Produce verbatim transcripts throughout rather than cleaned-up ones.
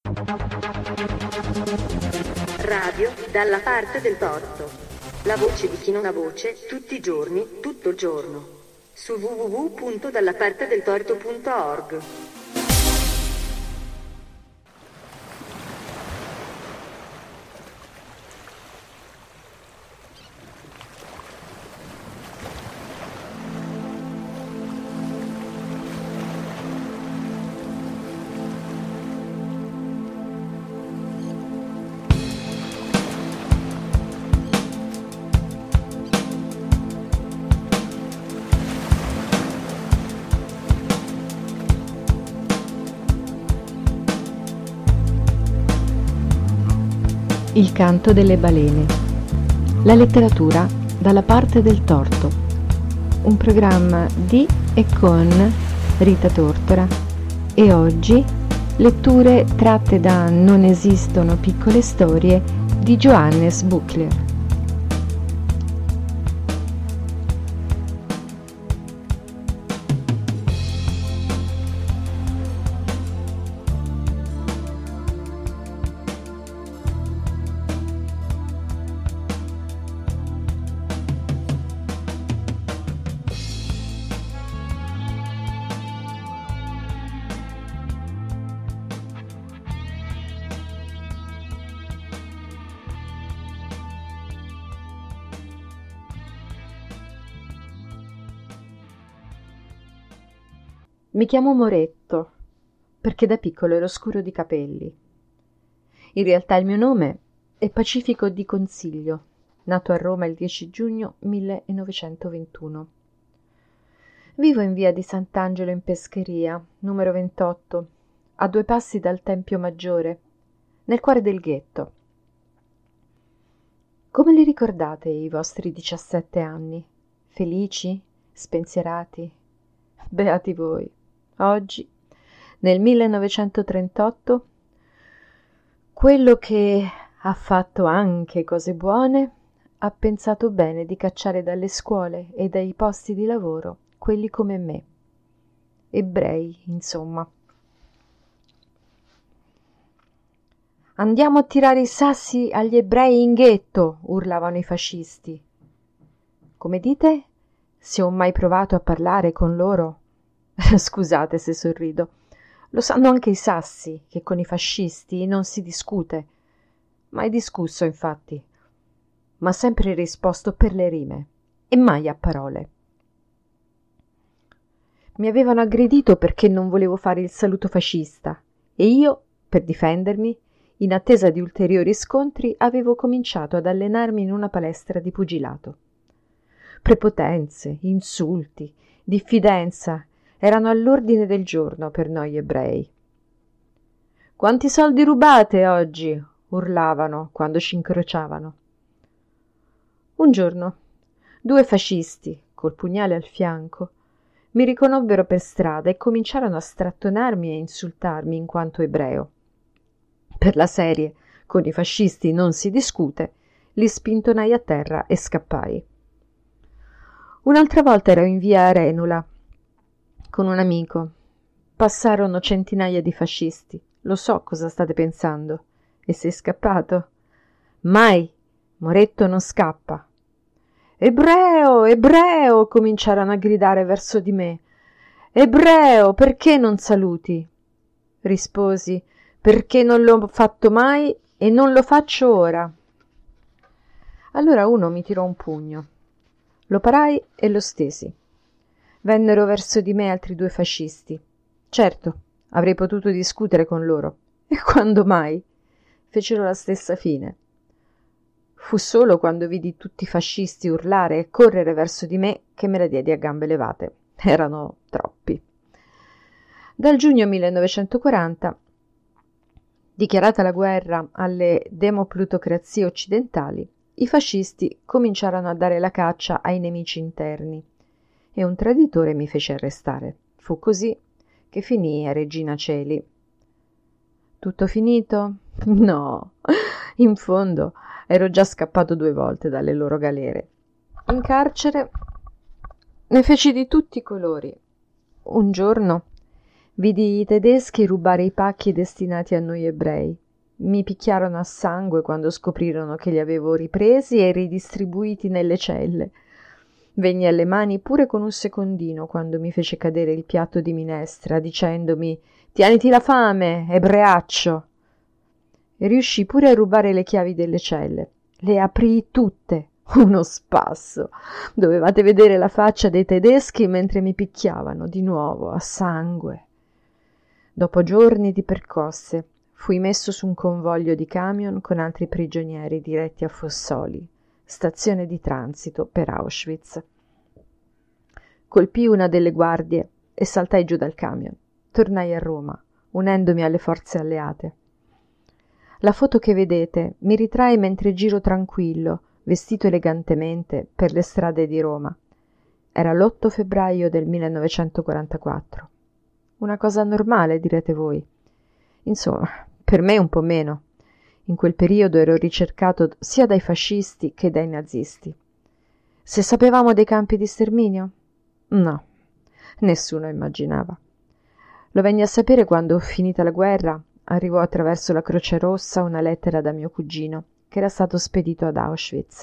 Radio dalla parte del torto. La voce di chi non ha voce, tutti i giorni, tutto il giorno. Su w w w punto dalla parte del torto punto org. Il canto delle balene. La letteratura dalla parte del torto. Un programma di e con Rita Tortora. E oggi letture tratte da Non esistono piccole storie di Johannes Buchler. Mi chiamo Moretto, perché da piccolo ero scuro di capelli. In realtà il mio nome è Pacifico di Consiglio, nato a Roma il dieci giugno millenovecentoventuno. Vivo in via di Sant'Angelo in Pescheria, numero ventotto, a due passi dal Tempio Maggiore, nel cuore del ghetto. Come li ricordate i vostri diciassette anni? Felici? Spensierati? Beati voi! Oggi, nel millenovecentotrentotto, quello che ha fatto anche cose buone ha pensato bene di cacciare dalle scuole e dai posti di lavoro quelli come me. Ebrei, insomma. Andiamo a tirare i sassi agli ebrei in ghetto, urlavano i fascisti. Come dite? Se ho mai provato a parlare con loro? Scusate se sorrido. Lo sanno anche i sassi che con i fascisti non si discute. Mai discusso, infatti, ma sempre risposto per le rime e mai a parole. Mi avevano aggredito perché non volevo fare il saluto fascista e io, per difendermi, in attesa di ulteriori scontri, avevo cominciato ad allenarmi in una palestra di pugilato. Prepotenze, insulti, diffidenza erano all'ordine del giorno per noi ebrei. «Quanti soldi rubate oggi?» urlavano quando ci incrociavano. Un giorno, due fascisti, col pugnale al fianco, mi riconobbero per strada e cominciarono a strattonarmi e insultarmi in quanto ebreo. Per la serie, con i fascisti non si discute, li spintonai a terra e scappai. Un'altra volta ero in via Arenula con un amico. Passarono centinaia di fascisti. Lo so cosa state pensando. E sei scappato? Mai! Moretto non scappa. Ebreo! Ebreo! Cominciarono a gridare verso di me. Ebreo! Perché non saluti? Risposi, perché non l'ho fatto mai e non lo faccio ora. Allora uno mi tirò un pugno. Lo parai e lo stesi. Vennero verso di me altri due fascisti. Certo, avrei potuto discutere con loro. E quando mai? Fecero la stessa fine. Fu solo quando vidi tutti i fascisti urlare e correre verso di me che me la diedi a gambe levate. Erano troppi. Dal giugno millenovecentoquaranta, dichiarata la guerra alle demoplutocrazie occidentali, i fascisti cominciarono a dare la caccia ai nemici interni e un traditore mi fece arrestare. Fu così che finii a Regina Coeli. Tutto finito? No, in fondo ero già scappato due volte dalle loro galere. In carcere ne feci di tutti i colori. Un giorno Vidi i tedeschi rubare i pacchi destinati a noi ebrei. Mi picchiarono a sangue quando scoprirono che li avevo ripresi e ridistribuiti nelle celle. Venni alle mani pure con un secondino quando mi fece cadere il piatto di minestra, dicendomi «Tieniti la fame, ebreaccio!» E riuscì pure a rubare le chiavi delle celle. Le aprii tutte. Uno spasso. Dovevate vedere la faccia dei tedeschi mentre mi picchiavano di nuovo, a sangue. Dopo giorni di percosse, fui messo su un convoglio di camion con altri prigionieri diretti a Fossoli, stazione di transito per Auschwitz. Colpii una delle guardie e saltai giù dal camion. Tornai a Roma, unendomi alle forze alleate. La foto che vedete mi ritrae mentre giro tranquillo, vestito elegantemente, per le strade di Roma. Era l'otto febbraio del millenovecentoquarantaquattro. Una cosa normale, direte voi. Insomma, per me un po' meno. In quel periodo ero ricercato sia dai fascisti che dai nazisti. Se sapevamo dei campi di sterminio? No, nessuno immaginava. Lo venni a sapere quando, finita la guerra, arrivò attraverso la Croce Rossa una lettera da mio cugino, che era stato spedito ad Auschwitz.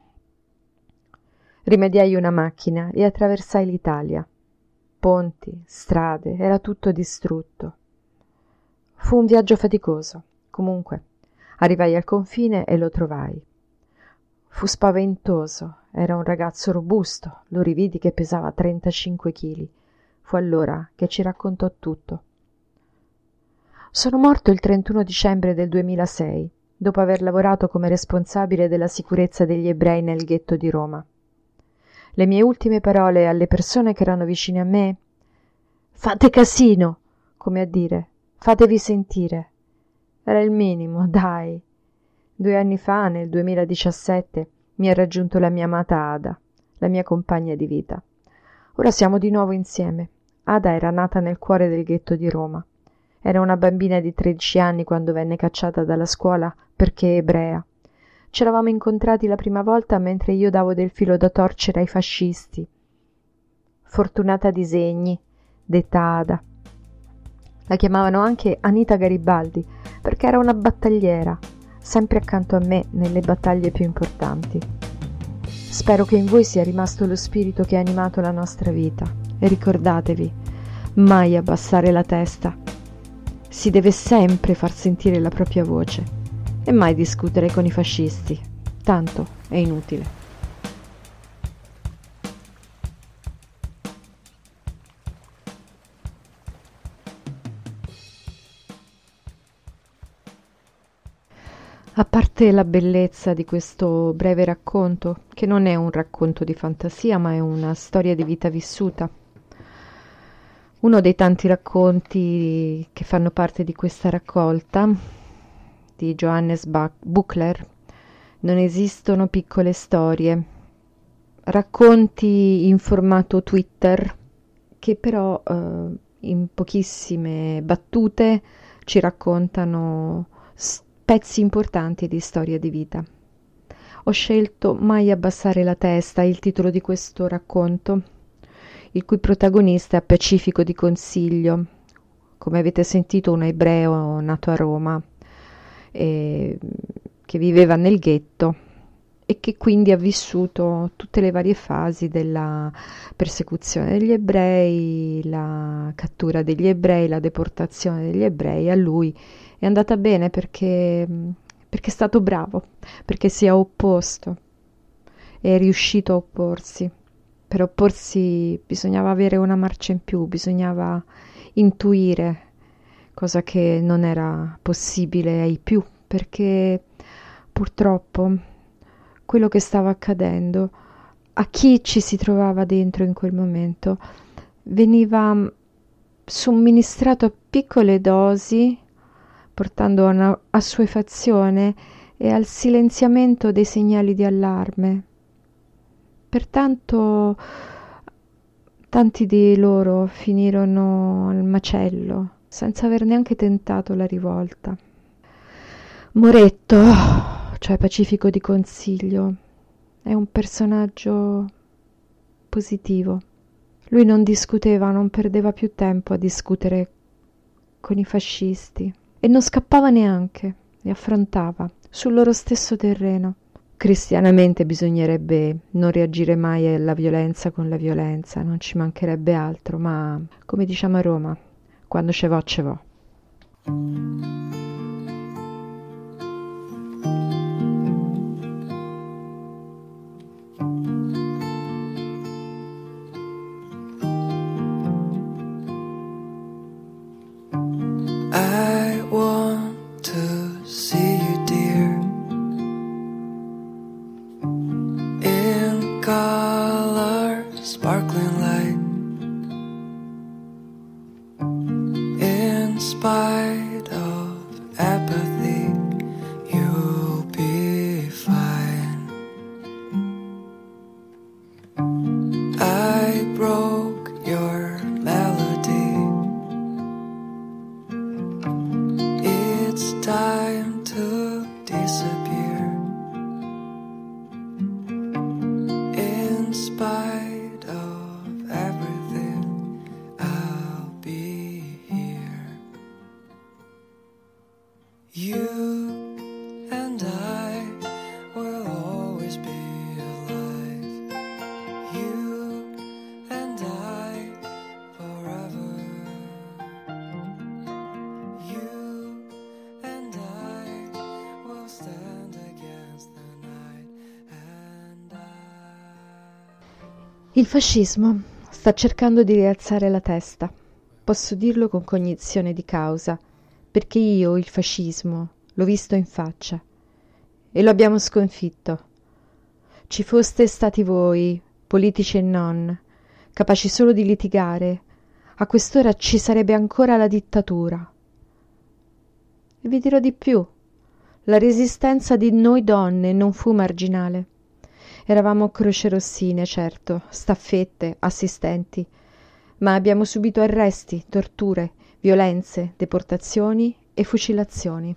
Rimediai una macchina e attraversai l'Italia. Ponti, strade, era tutto distrutto. Fu un viaggio faticoso. Comunque, arrivai al confine e lo trovai. Fu spaventoso. Era un ragazzo robusto. Lo rividi che pesava trentacinque chili. Fu allora che ci raccontò tutto. Sono morto il trentuno dicembre del duemilasei, dopo aver lavorato come responsabile della sicurezza degli ebrei nel ghetto di Roma. Le mie ultime parole alle persone che erano vicine a me: «Fate casino!», come a dire, «fatevi sentire». Era il minimo, dai. Due anni fa, nel duemiladiciassette, mi ha raggiunto la mia amata Ada, la mia compagna di vita. Ora siamo di nuovo insieme. Ada era nata nel cuore del ghetto di Roma. Era una bambina di tredici anni quando venne cacciata dalla scuola perché ebrea. Ci eravamo incontrati la prima volta mentre io davo del filo da torcere ai fascisti. Fortunata Disegni, detta Ada. La chiamavano anche Anita Garibaldi perché era una battagliera, sempre accanto a me nelle battaglie più importanti. Spero che in voi sia rimasto lo spirito che ha animato la nostra vita e ricordatevi, mai abbassare la testa. Si deve sempre far sentire la propria voce e mai discutere con i fascisti, tanto è inutile. A parte la bellezza di questo breve racconto, che non è un racconto di fantasia, ma è una storia di vita vissuta, uno dei tanti racconti che fanno parte di questa raccolta di Johannes Buchler, non esistono piccole storie, racconti in formato Twitter che però eh, in pochissime battute ci raccontano pezzi importanti di storia di vita. Ho scelto Mai abbassare la testa, il titolo di questo racconto, il cui protagonista è Pacifico di Consiglio, come avete sentito un ebreo nato a Roma, e che viveva nel ghetto e che quindi ha vissuto tutte le varie fasi della persecuzione degli ebrei, la cattura degli ebrei, la deportazione degli ebrei. A lui è andata bene perché, perché è stato bravo, perché si è opposto, è riuscito a opporsi. Per opporsi bisognava avere una marcia in più, bisognava intuire, cosa che non era possibile ai più, perché purtroppo quello che stava accadendo a chi ci si trovava dentro in quel momento veniva somministrato a piccole dosi, portando a una assuefazione e al silenziamento dei segnali di allarme. Pertanto tanti di loro finirono al macello senza aver neanche tentato la rivolta. Moretto, cioè Pacifico di Consiglio, è un personaggio positivo. Lui non discuteva, non perdeva più tempo a discutere con i fascisti e non scappava neanche, li affrontava sul loro stesso terreno. Cristianamente bisognerebbe non reagire mai alla violenza con la violenza, non ci mancherebbe altro, ma come diciamo a Roma, quando ce vo, ce vo. I want to see you, dear, in color, sparkling light, in spite of apathy, you'll be fine. I broke your melody. It's time to disappear. In spite of everything, I'll be here. You and I will always be alive. You and I forever. You and I will stand against the night and I. Il fascismo sta cercando di rialzare la testa. Posso dirlo con cognizione di causa, perché io il fascismo l'ho visto in faccia e lo abbiamo sconfitto. Ci foste stati voi, politici e non, capaci solo di litigare, a quest'ora ci sarebbe ancora la dittatura. E vi dirò di più, la resistenza di noi donne non fu marginale. Eravamo crocerossine, certo, staffette, assistenti, ma abbiamo subito arresti, torture, violenze, deportazioni e fucilazioni.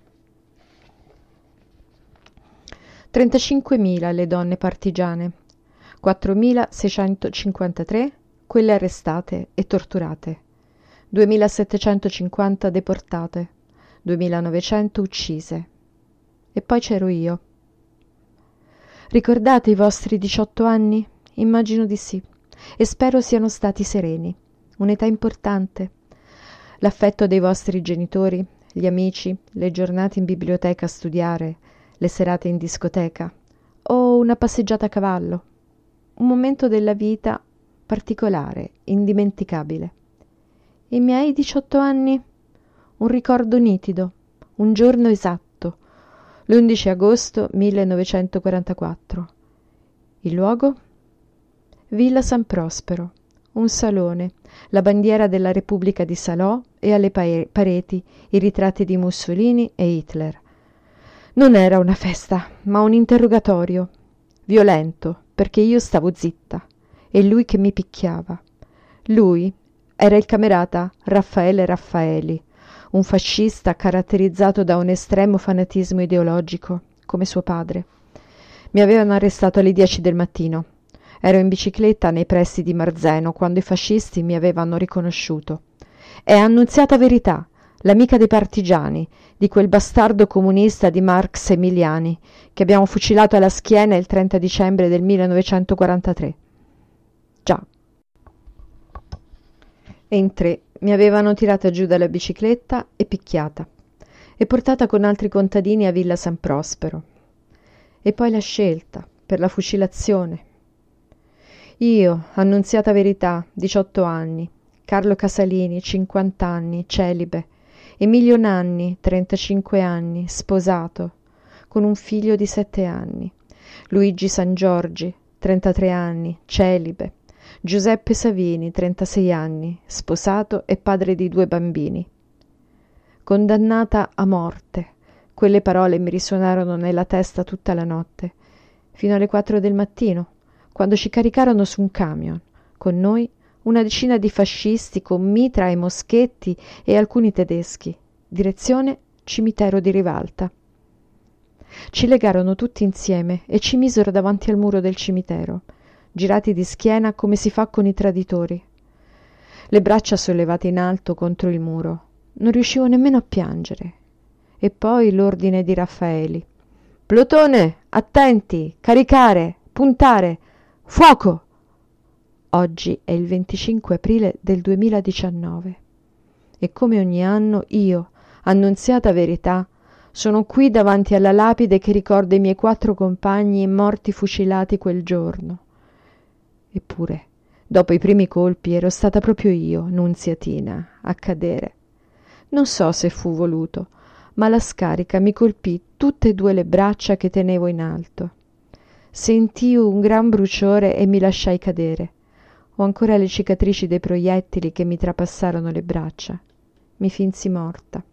trentacinquemila le donne partigiane, quattromilaseicentocinquantatré quelle arrestate e torturate, duemilasettecentocinquanta deportate, duemilanovecento uccise. E poi c'ero io. Ricordate i vostri diciotto anni? Immagino di sì, e spero siano stati sereni, un'età importante. L'affetto dei vostri genitori, gli amici, le giornate in biblioteca a studiare, le serate in discoteca, o una passeggiata a cavallo. Un momento della vita particolare, indimenticabile. I miei diciotto anni? Un ricordo nitido, un giorno esatto, l'undici agosto millenovecentoquarantaquattro. Il luogo? Villa San Prospero, un salone, la bandiera della Repubblica di Salò e alle pa- pareti i ritratti di Mussolini e Hitler. Non era una festa, ma un interrogatorio, violento, perché io stavo zitta, e lui che mi picchiava. Lui era il camerata Raffaele Raffaeli, un fascista caratterizzato da un estremo fanatismo ideologico, come suo padre. Mi avevano arrestato alle dieci del mattino. Ero in bicicletta nei pressi di Marzeno quando i fascisti mi avevano riconosciuto. È Annunziata Verità, l'amica dei partigiani, di quel bastardo comunista di Marx Emiliani, che abbiamo fucilato alla schiena il trenta dicembre del millenovecentoquarantatré. Già. E in tre mi avevano tirata giù dalla bicicletta e picchiata, e portata con altri contadini a Villa San Prospero. E poi la scelta, per la fucilazione. Io, Annunziata Verità, diciotto anni, Carlo Casalini, cinquanta anni, celibe, Emilio Nanni, trentacinque anni, sposato, con un figlio di sette anni, Luigi Sangiorgi, trentatré anni, celibe, Giuseppe Savini, trentasei anni, sposato e padre di due bambini. Condannata a morte, quelle parole mi risuonarono nella testa tutta la notte, fino alle quattro del mattino, quando ci caricarono su un camion, con noi una decina di fascisti con mitra e moschetti e alcuni tedeschi, direzione cimitero di Rivalta. Ci legarono tutti insieme e ci misero davanti al muro del cimitero, girati di schiena come si fa con i traditori, le braccia sollevate in alto contro il muro, non riuscivo nemmeno a piangere. E poi l'ordine di Raffaeli: «Plotone, attenti, caricare, puntare, fuoco!» Oggi è il venticinque aprile del duemiladiciannove e come ogni anno io, Annunziata Verità, sono qui davanti alla lapide che ricorda i miei quattro compagni morti fucilati quel giorno. Eppure, dopo i primi colpi, ero stata proprio io, Nunziatina, a cadere. Non so se fu voluto, ma la scarica mi colpì tutte e due le braccia che tenevo in alto. Sentii un gran bruciore e mi lasciai cadere. Ho ancora le cicatrici dei proiettili che mi trapassarono le braccia. Mi finsi morta.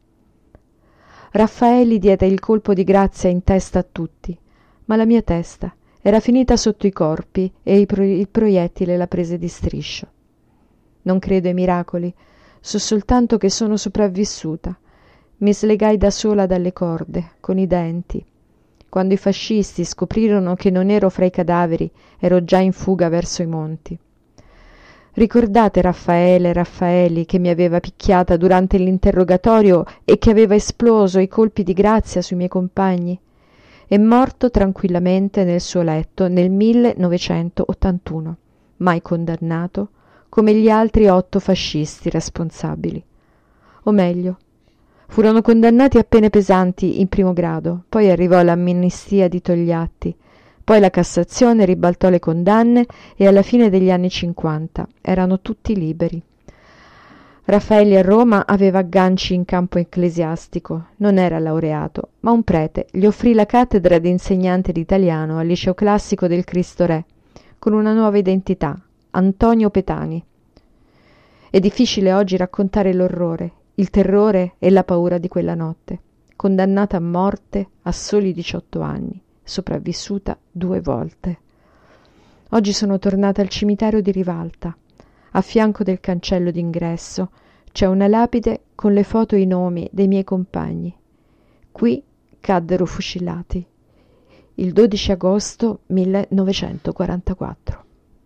Raffaeli diede il colpo di grazia in testa a tutti, ma la mia testa era finita sotto i corpi e il, pro- il proiettile la prese di striscio. Non credo ai miracoli, so soltanto che sono sopravvissuta. Mi slegai da sola dalle corde, con i denti. Quando i fascisti scoprirono che non ero fra i cadaveri, ero già in fuga verso i monti. Ricordate Raffaele Raffaeli che mi aveva picchiata durante l'interrogatorio e che aveva esploso i colpi di grazia sui miei compagni? È morto tranquillamente nel suo letto nel millenovecentottantuno, mai condannato, come gli altri otto fascisti responsabili. O meglio, furono condannati a pene pesanti in primo grado, poi arrivò l'amnistia di Togliatti, poi la Cassazione ribaltò le condanne e alla fine degli anni cinquanta erano tutti liberi. Raffaeli a Roma aveva agganci in campo ecclesiastico, non era laureato, ma un prete gli offrì la cattedra di insegnante di italiano al liceo classico del Cristo Re, con una nuova identità, Antonio Petani. È difficile oggi raccontare l'orrore, il terrore e la paura di quella notte, condannata a morte a soli diciotto anni, sopravvissuta due volte. Oggi sono tornata al cimitero di Rivalta. A fianco del cancello d'ingresso c'è una lapide con le foto e i nomi dei miei compagni. Qui caddero fucilati il dodici agosto millenovecentoquarantaquattro.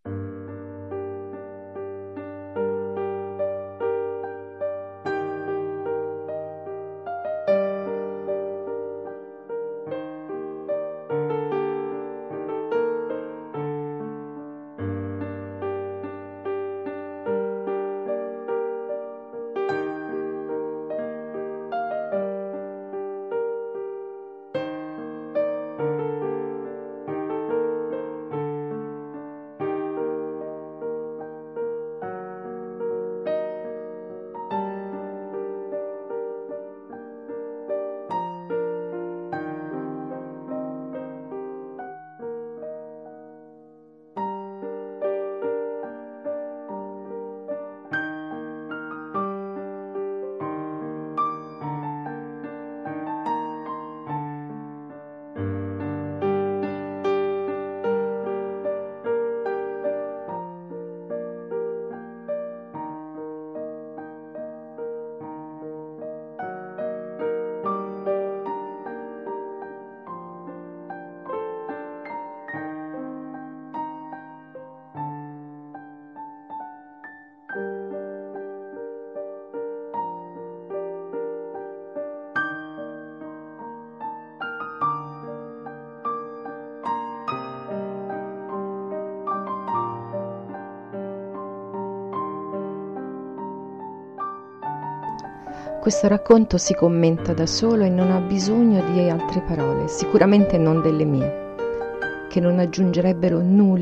Questo racconto si commenta da solo e non ha bisogno di altre parole, sicuramente non delle mie, che non aggiungerebbero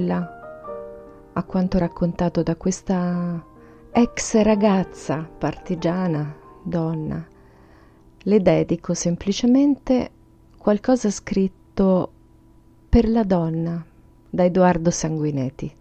nulla a quanto raccontato da questa ex ragazza partigiana, donna. Le dedico semplicemente qualcosa scritto per la donna da Edoardo Sanguinetti.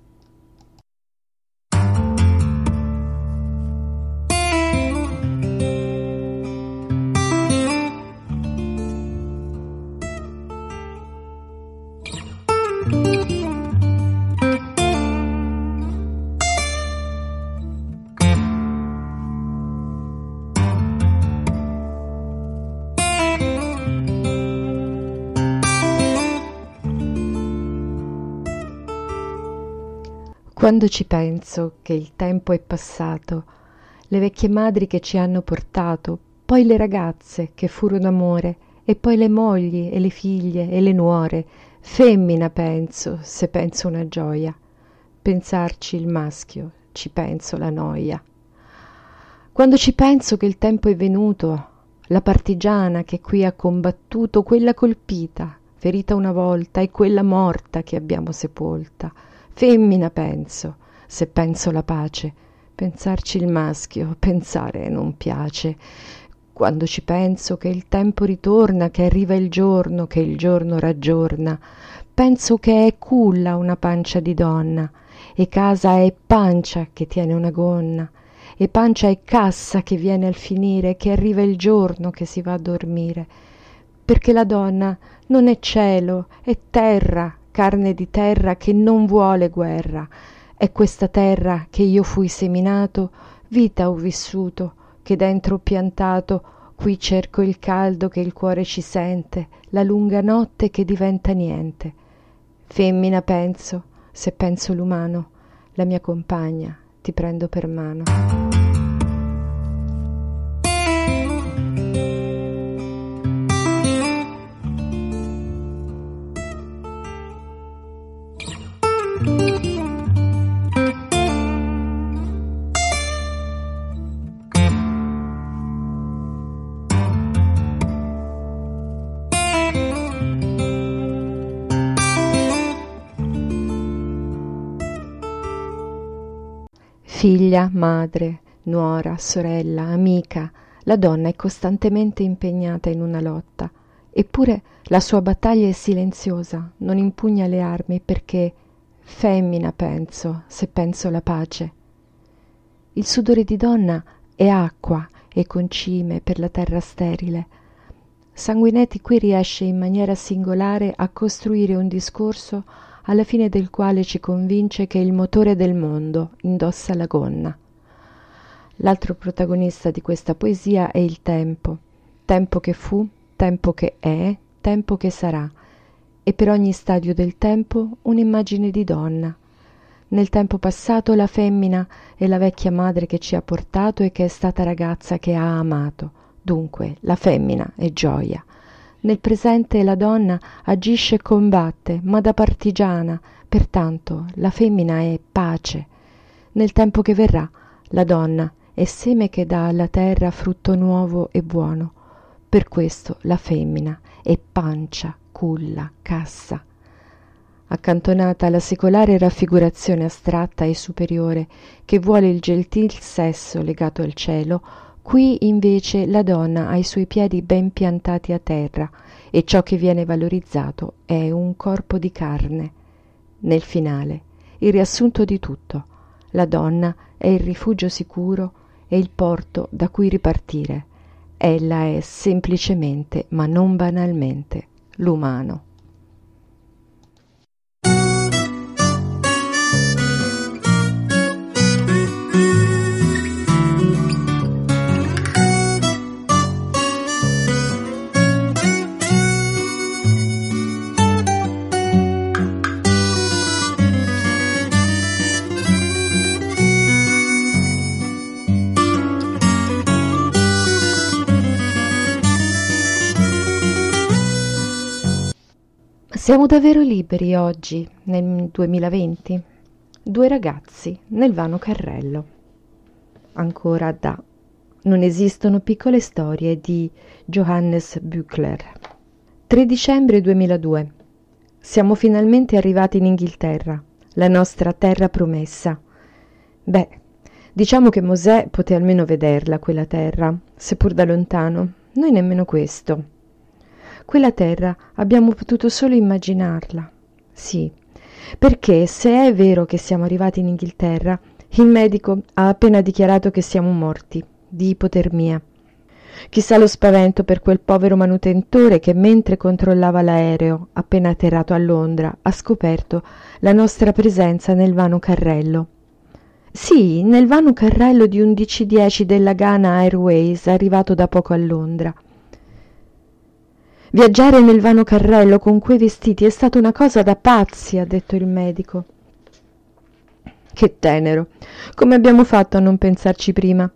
Quando ci penso che il tempo è passato, le vecchie madri che ci hanno portato, poi le ragazze che furono amore, e poi le mogli e le figlie e le nuore. Femmina penso, se penso una gioia. Pensarci il maschio, ci penso la noia. Quando ci penso che il tempo è venuto, la partigiana che qui ha combattuto, quella colpita, ferita una volta, e quella morta che abbiamo sepolta. Femmina penso, se penso la pace. Pensarci il maschio, pensare non piace. Quando ci penso che il tempo ritorna, che arriva il giorno, che il giorno raggiorna, penso che è culla una pancia di donna, e casa è pancia che tiene una gonna, e pancia è cassa che viene al finire, che arriva il giorno che si va a dormire, perché la donna non è cielo, è terra, carne di terra che non vuole guerra. È questa terra che io fui seminato, vita ho vissuto, che dentro ho piantato, qui cerco il caldo che il cuore ci sente, la lunga notte che diventa niente. Femmina penso, se penso l'umano, la mia compagna ti prendo per mano. Figlia, madre, nuora, sorella, amica, la donna è costantemente impegnata in una lotta, eppure la sua battaglia è silenziosa, non impugna le armi perché femmina penso, se penso la pace. Il sudore di donna è acqua e concime per la terra sterile. Sanguinetti qui riesce in maniera singolare a costruire un discorso alla fine del quale ci convince che il motore del mondo indossa la gonna. L'altro protagonista di questa poesia è il tempo, tempo che fu, tempo che è, tempo che sarà, e per ogni stadio del tempo un'immagine di donna. Nel tempo passato la femmina è la vecchia madre che ci ha portato e che è stata ragazza che ha amato, dunque la femmina è gioia. Nel presente la donna agisce e combatte, ma da partigiana, pertanto la femmina è pace. Nel tempo che verrà, la donna è seme che dà alla terra frutto nuovo e buono. Per questo la femmina è pancia, culla, cassa. Accantonata la secolare raffigurazione astratta e superiore che vuole il gentil sesso legato al cielo, qui invece la donna ha i suoi piedi ben piantati a terra e ciò che viene valorizzato è un corpo di carne. Nel finale, il riassunto di tutto, la donna è il rifugio sicuro e il porto da cui ripartire. Ella è semplicemente, ma non banalmente, l'umano. Siamo davvero liberi oggi, nel duemilaventi? Due ragazzi nel vano carrello. Ancora da Non esistono piccole storie di Johannes Büchler. tre dicembre duemiladue. Siamo finalmente arrivati in Inghilterra, la nostra terra promessa. Beh, diciamo che Mosè poté almeno vederla, quella terra, seppur da lontano. Noi nemmeno questo. Quella terra abbiamo potuto solo immaginarla. Sì, perché se è vero che siamo arrivati in Inghilterra, il medico ha appena dichiarato che siamo morti di ipotermia. Chissà lo spavento per quel povero manutentore che mentre controllava l'aereo appena atterrato a Londra ha scoperto la nostra presenza nel vano carrello. Sì, nel vano carrello di un D C dieci della Ghana Airways arrivato da poco a Londra. Viaggiare nel vano carrello con quei vestiti è stata una cosa da pazzi, ha detto il medico. Che tenero! Come abbiamo fatto a non pensarci prima?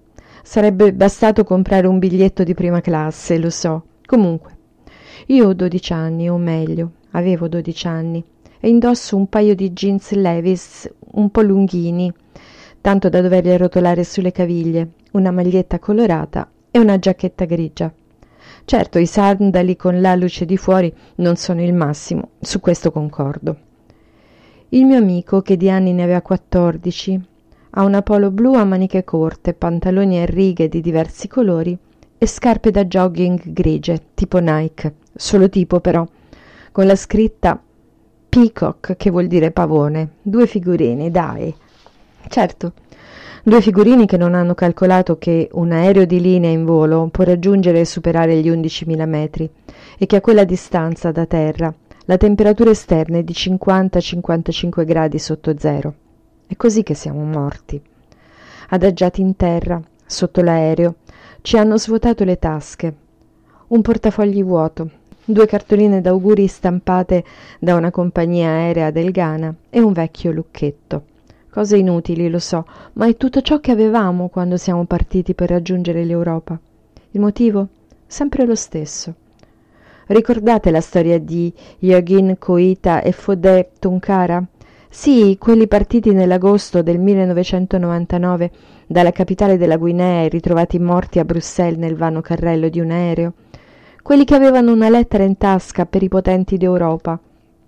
Sarebbe bastato comprare un biglietto di prima classe, lo so. Comunque, io ho dodici anni, o meglio, avevo dodici anni, e indosso un paio di jeans Levi's un po' lunghini, tanto da doverli arrotolare sulle caviglie, una maglietta colorata e una giacchetta grigia. Certo, i sandali con l'alluce di fuori non sono il massimo, su questo concordo. Il mio amico, che di anni ne aveva quattordici, ha una polo blu a maniche corte, pantaloni a righe di diversi colori e scarpe da jogging grigie, tipo Nike, solo tipo però, con la scritta Peacock, che vuol dire pavone, due figurini, dai. Certo, due figurini che non hanno calcolato che un aereo di linea in volo può raggiungere e superare gli undicimila metri e che a quella distanza da terra la temperatura esterna è di cinquanta cinquantacinque gradi sotto zero. È così che siamo morti. Adagiati in terra, sotto l'aereo, ci hanno svuotato le tasche, un portafogli vuoto, due cartoline d'auguri stampate da una compagnia aerea del Ghana e un vecchio lucchetto. Cose inutili, lo so, ma è tutto ciò che avevamo quando siamo partiti per raggiungere l'Europa. Il motivo? Sempre lo stesso. Ricordate la storia di Yogin Koita e Fodé Tunkara? Sì, quelli partiti nell'agosto del millenovecentonovantanove dalla capitale della Guinea e ritrovati morti a Bruxelles nel vano carrello di un aereo. Quelli che avevano una lettera in tasca per i potenti d'Europa.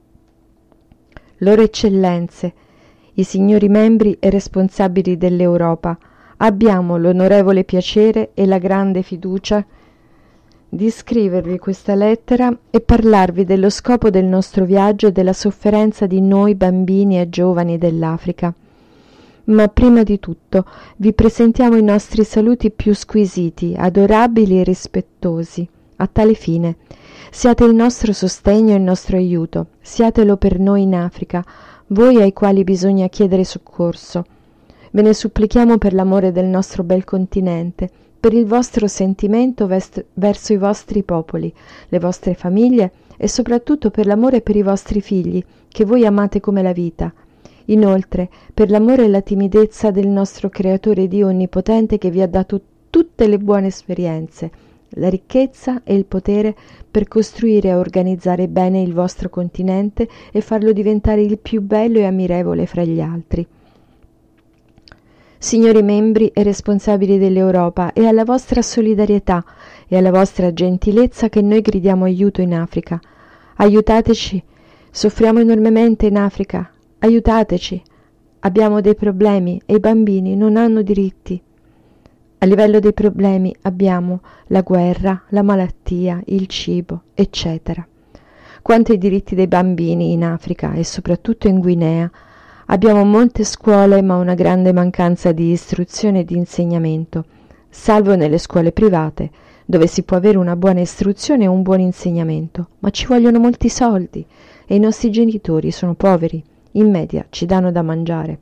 Loro eccellenze, i signori membri e responsabili dell'Europa, abbiamo l'onorevole piacere e la grande fiducia di scrivervi questa lettera e parlarvi dello scopo del nostro viaggio e della sofferenza di noi bambini e giovani dell'Africa. Ma prima di tutto vi presentiamo i nostri saluti più squisiti, adorabili e rispettosi. A tale fine, siate il nostro sostegno e il nostro aiuto, siatelo per noi in Africa, voi ai quali bisogna chiedere soccorso. Ve ne supplichiamo per l'amore del nostro bel continente, per il vostro sentimento vest- verso i vostri popoli, le vostre famiglie e soprattutto per l'amore per i vostri figli, che voi amate come la vita. Inoltre, per l'amore e la timidezza del nostro Creatore Dio Onnipotente che vi ha dato tutte le buone esperienze, la ricchezza e il potere per costruire e organizzare bene il vostro continente e farlo diventare il più bello e ammirevole fra gli altri. Signori membri e responsabili dell'Europa, è alla vostra solidarietà e alla vostra gentilezza che noi gridiamo aiuto in Africa. Aiutateci, soffriamo enormemente in Africa, aiutateci, abbiamo dei problemi e i bambini non hanno diritti. A livello dei problemi abbiamo la guerra, la malattia, il cibo, eccetera. Quanto ai diritti dei bambini in Africa e soprattutto in Guinea, abbiamo molte scuole ma una grande mancanza di istruzione e di insegnamento, salvo nelle scuole private, dove si può avere una buona istruzione e un buon insegnamento, ma ci vogliono molti soldi e i nostri genitori sono poveri, in media ci danno da mangiare.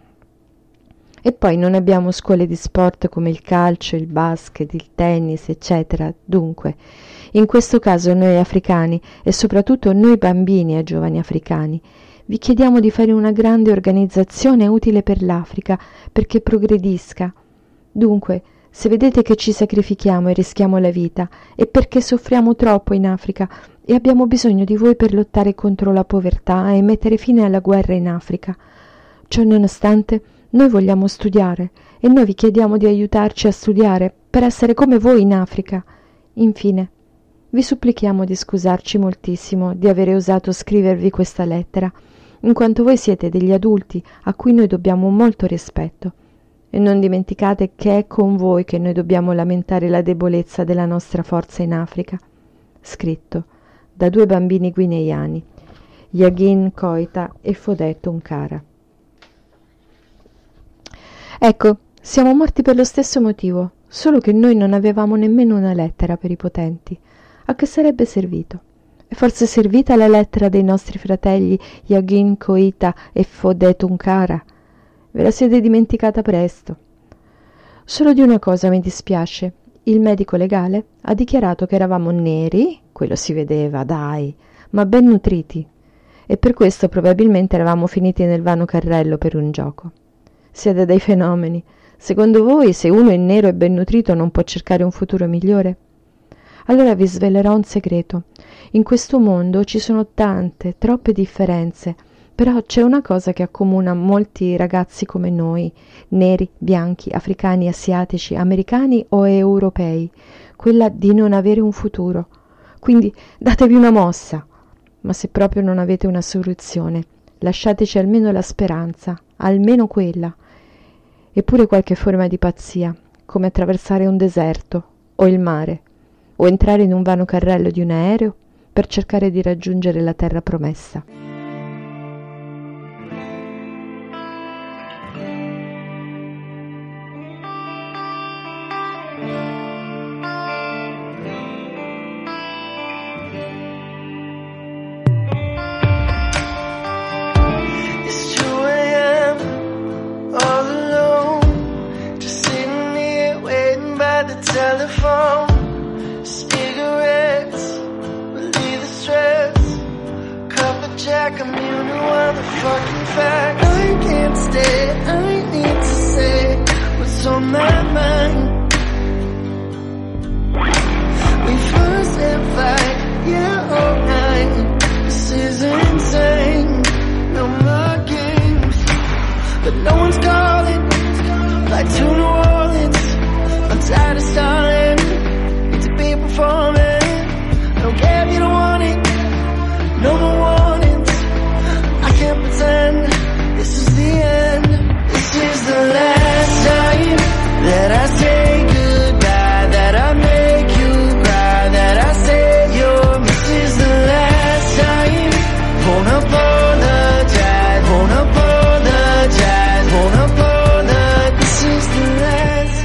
E poi non abbiamo scuole di sport come il calcio, il basket, il tennis, eccetera. Dunque, in questo caso noi africani e soprattutto noi bambini e giovani africani vi chiediamo di fare una grande organizzazione utile per l'Africa perché progredisca. Dunque, se vedete che ci sacrifichiamo e rischiamo la vita è perché soffriamo troppo in Africa e abbiamo bisogno di voi per lottare contro la povertà e mettere fine alla guerra in Africa. Ciò nonostante, noi vogliamo studiare e noi vi chiediamo di aiutarci a studiare per essere come voi in Africa. Infine, vi supplichiamo di scusarci moltissimo di avere osato scrivervi questa lettera, in quanto voi siete degli adulti a cui noi dobbiamo molto rispetto. E non dimenticate che è con voi che noi dobbiamo lamentare la debolezza della nostra forza in Africa. Scritto da due bambini guineiani, Yogin Koita e Fodé Tunkara. Ecco, siamo morti per lo stesso motivo, solo che noi non avevamo nemmeno una lettera per i potenti. A che sarebbe servito? È forse servita la lettera dei nostri fratelli Yogin Koita e Fodé Tunkara? Ve la siete dimenticata presto. Solo di una cosa mi dispiace. Il medico legale ha dichiarato che eravamo neri, quello si vedeva, dai, ma ben nutriti, e per questo probabilmente eravamo finiti nel vano carrello per un gioco. Siete dei fenomeni, Secondo voi, se uno è nero e ben nutrito non può cercare un futuro migliore? Allora vi svelerò un segreto. In questo mondo ci sono tante, troppe differenze, però c'è una cosa che accomuna molti ragazzi come noi, neri, bianchi, africani, asiatici, americani o europei, quella di non avere un futuro. Quindi datevi una mossa, ma se proprio non avete una soluzione, lasciateci almeno la speranza, almeno quella, eppure qualche forma di pazzia, come attraversare un deserto o il mare, o entrare in un vano carrello di un aereo per cercare di raggiungere la terra promessa. Telephone, cigarettes, relieve the stress. Cup of Jack, I'm immune to all the fucking facts. I can't stay, I need to say what's on my mind. We fuss and fight, yeah, all night. This is insane, no more games, but no one's calling. Fly to New Orleans, I'm tired of stalling. Need to be performing. I don't care if you don't want it. No more warnings. I can't pretend this is the end. This is the last time that I say goodbye, that I make you cry, that I say you're. This is the last time. Won't apologize, won't apologize, won't apologize. This is the last.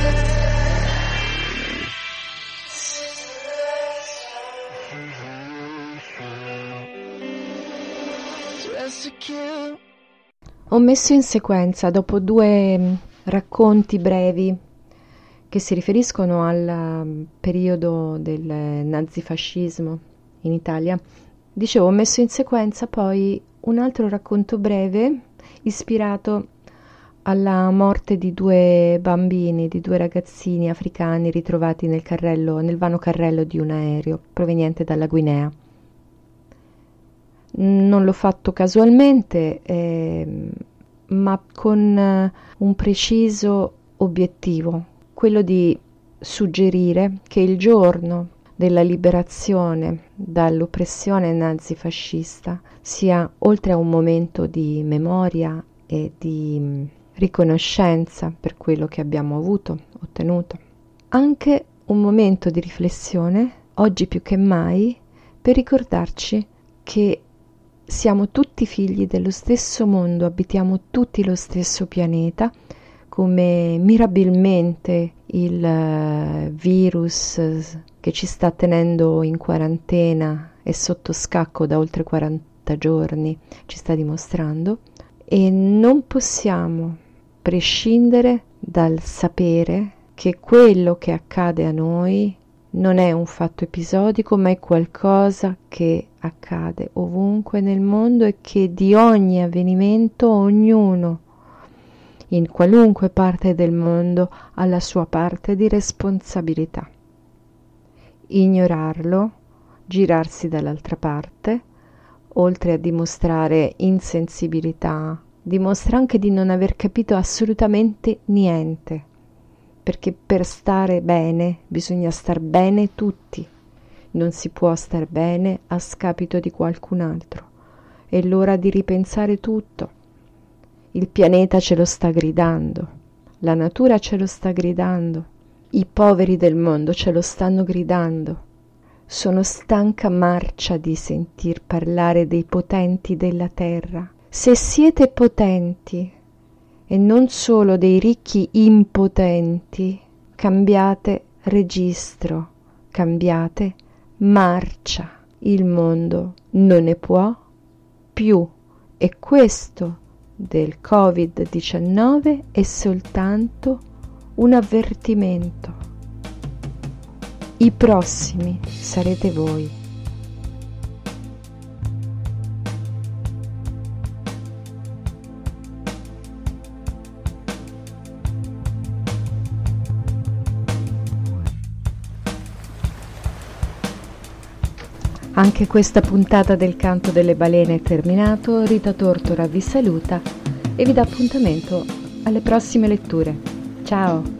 Ho messo in sequenza, dopo due mh, racconti brevi che si riferiscono al um, periodo del nazifascismo in Italia, dicevo, ho messo in sequenza poi un altro racconto breve ispirato alla morte di due bambini, di due ragazzini africani ritrovati nel carrello, nel vano carrello di un aereo proveniente dalla Guinea. Non l'ho fatto casualmente, eh, ma con eh, un preciso obiettivo, quello di suggerire che il giorno della liberazione dall'oppressione nazifascista sia, oltre a un momento di memoria e di mh, riconoscenza per quello che abbiamo avuto, ottenuto, anche un momento di riflessione, oggi più che mai, per ricordarci che siamo tutti figli dello stesso mondo, abitiamo tutti lo stesso pianeta, come mirabilmente il uh, virus che ci sta tenendo in quarantena e sotto scacco da oltre quaranta giorni ci sta dimostrando, e non possiamo prescindere dal sapere che quello che accade a noi non è un fatto episodico, ma è qualcosa che accade ovunque nel mondo e che di ogni avvenimento ognuno, in qualunque parte del mondo, ha la sua parte di responsabilità. Ignorarlo, girarsi dall'altra parte, oltre a dimostrare insensibilità, dimostra anche di non aver capito assolutamente niente. Perché per stare bene bisogna star bene tutti, non si può star bene a scapito di qualcun altro. È l'ora di ripensare tutto. Il pianeta ce lo sta gridando, la natura ce lo sta gridando, i poveri del mondo ce lo stanno gridando. Sono stanca marcia di sentir parlare dei potenti della terra. Se siete potenti, e non solo dei ricchi impotenti, cambiate registro, cambiate marcia. Il mondo non ne può più e questo del covid diciannove è soltanto un avvertimento. I prossimi sarete voi. Anche questa puntata del Canto delle Balene è terminato. Rita Tortora vi saluta e vi dà appuntamento alle prossime letture. Ciao!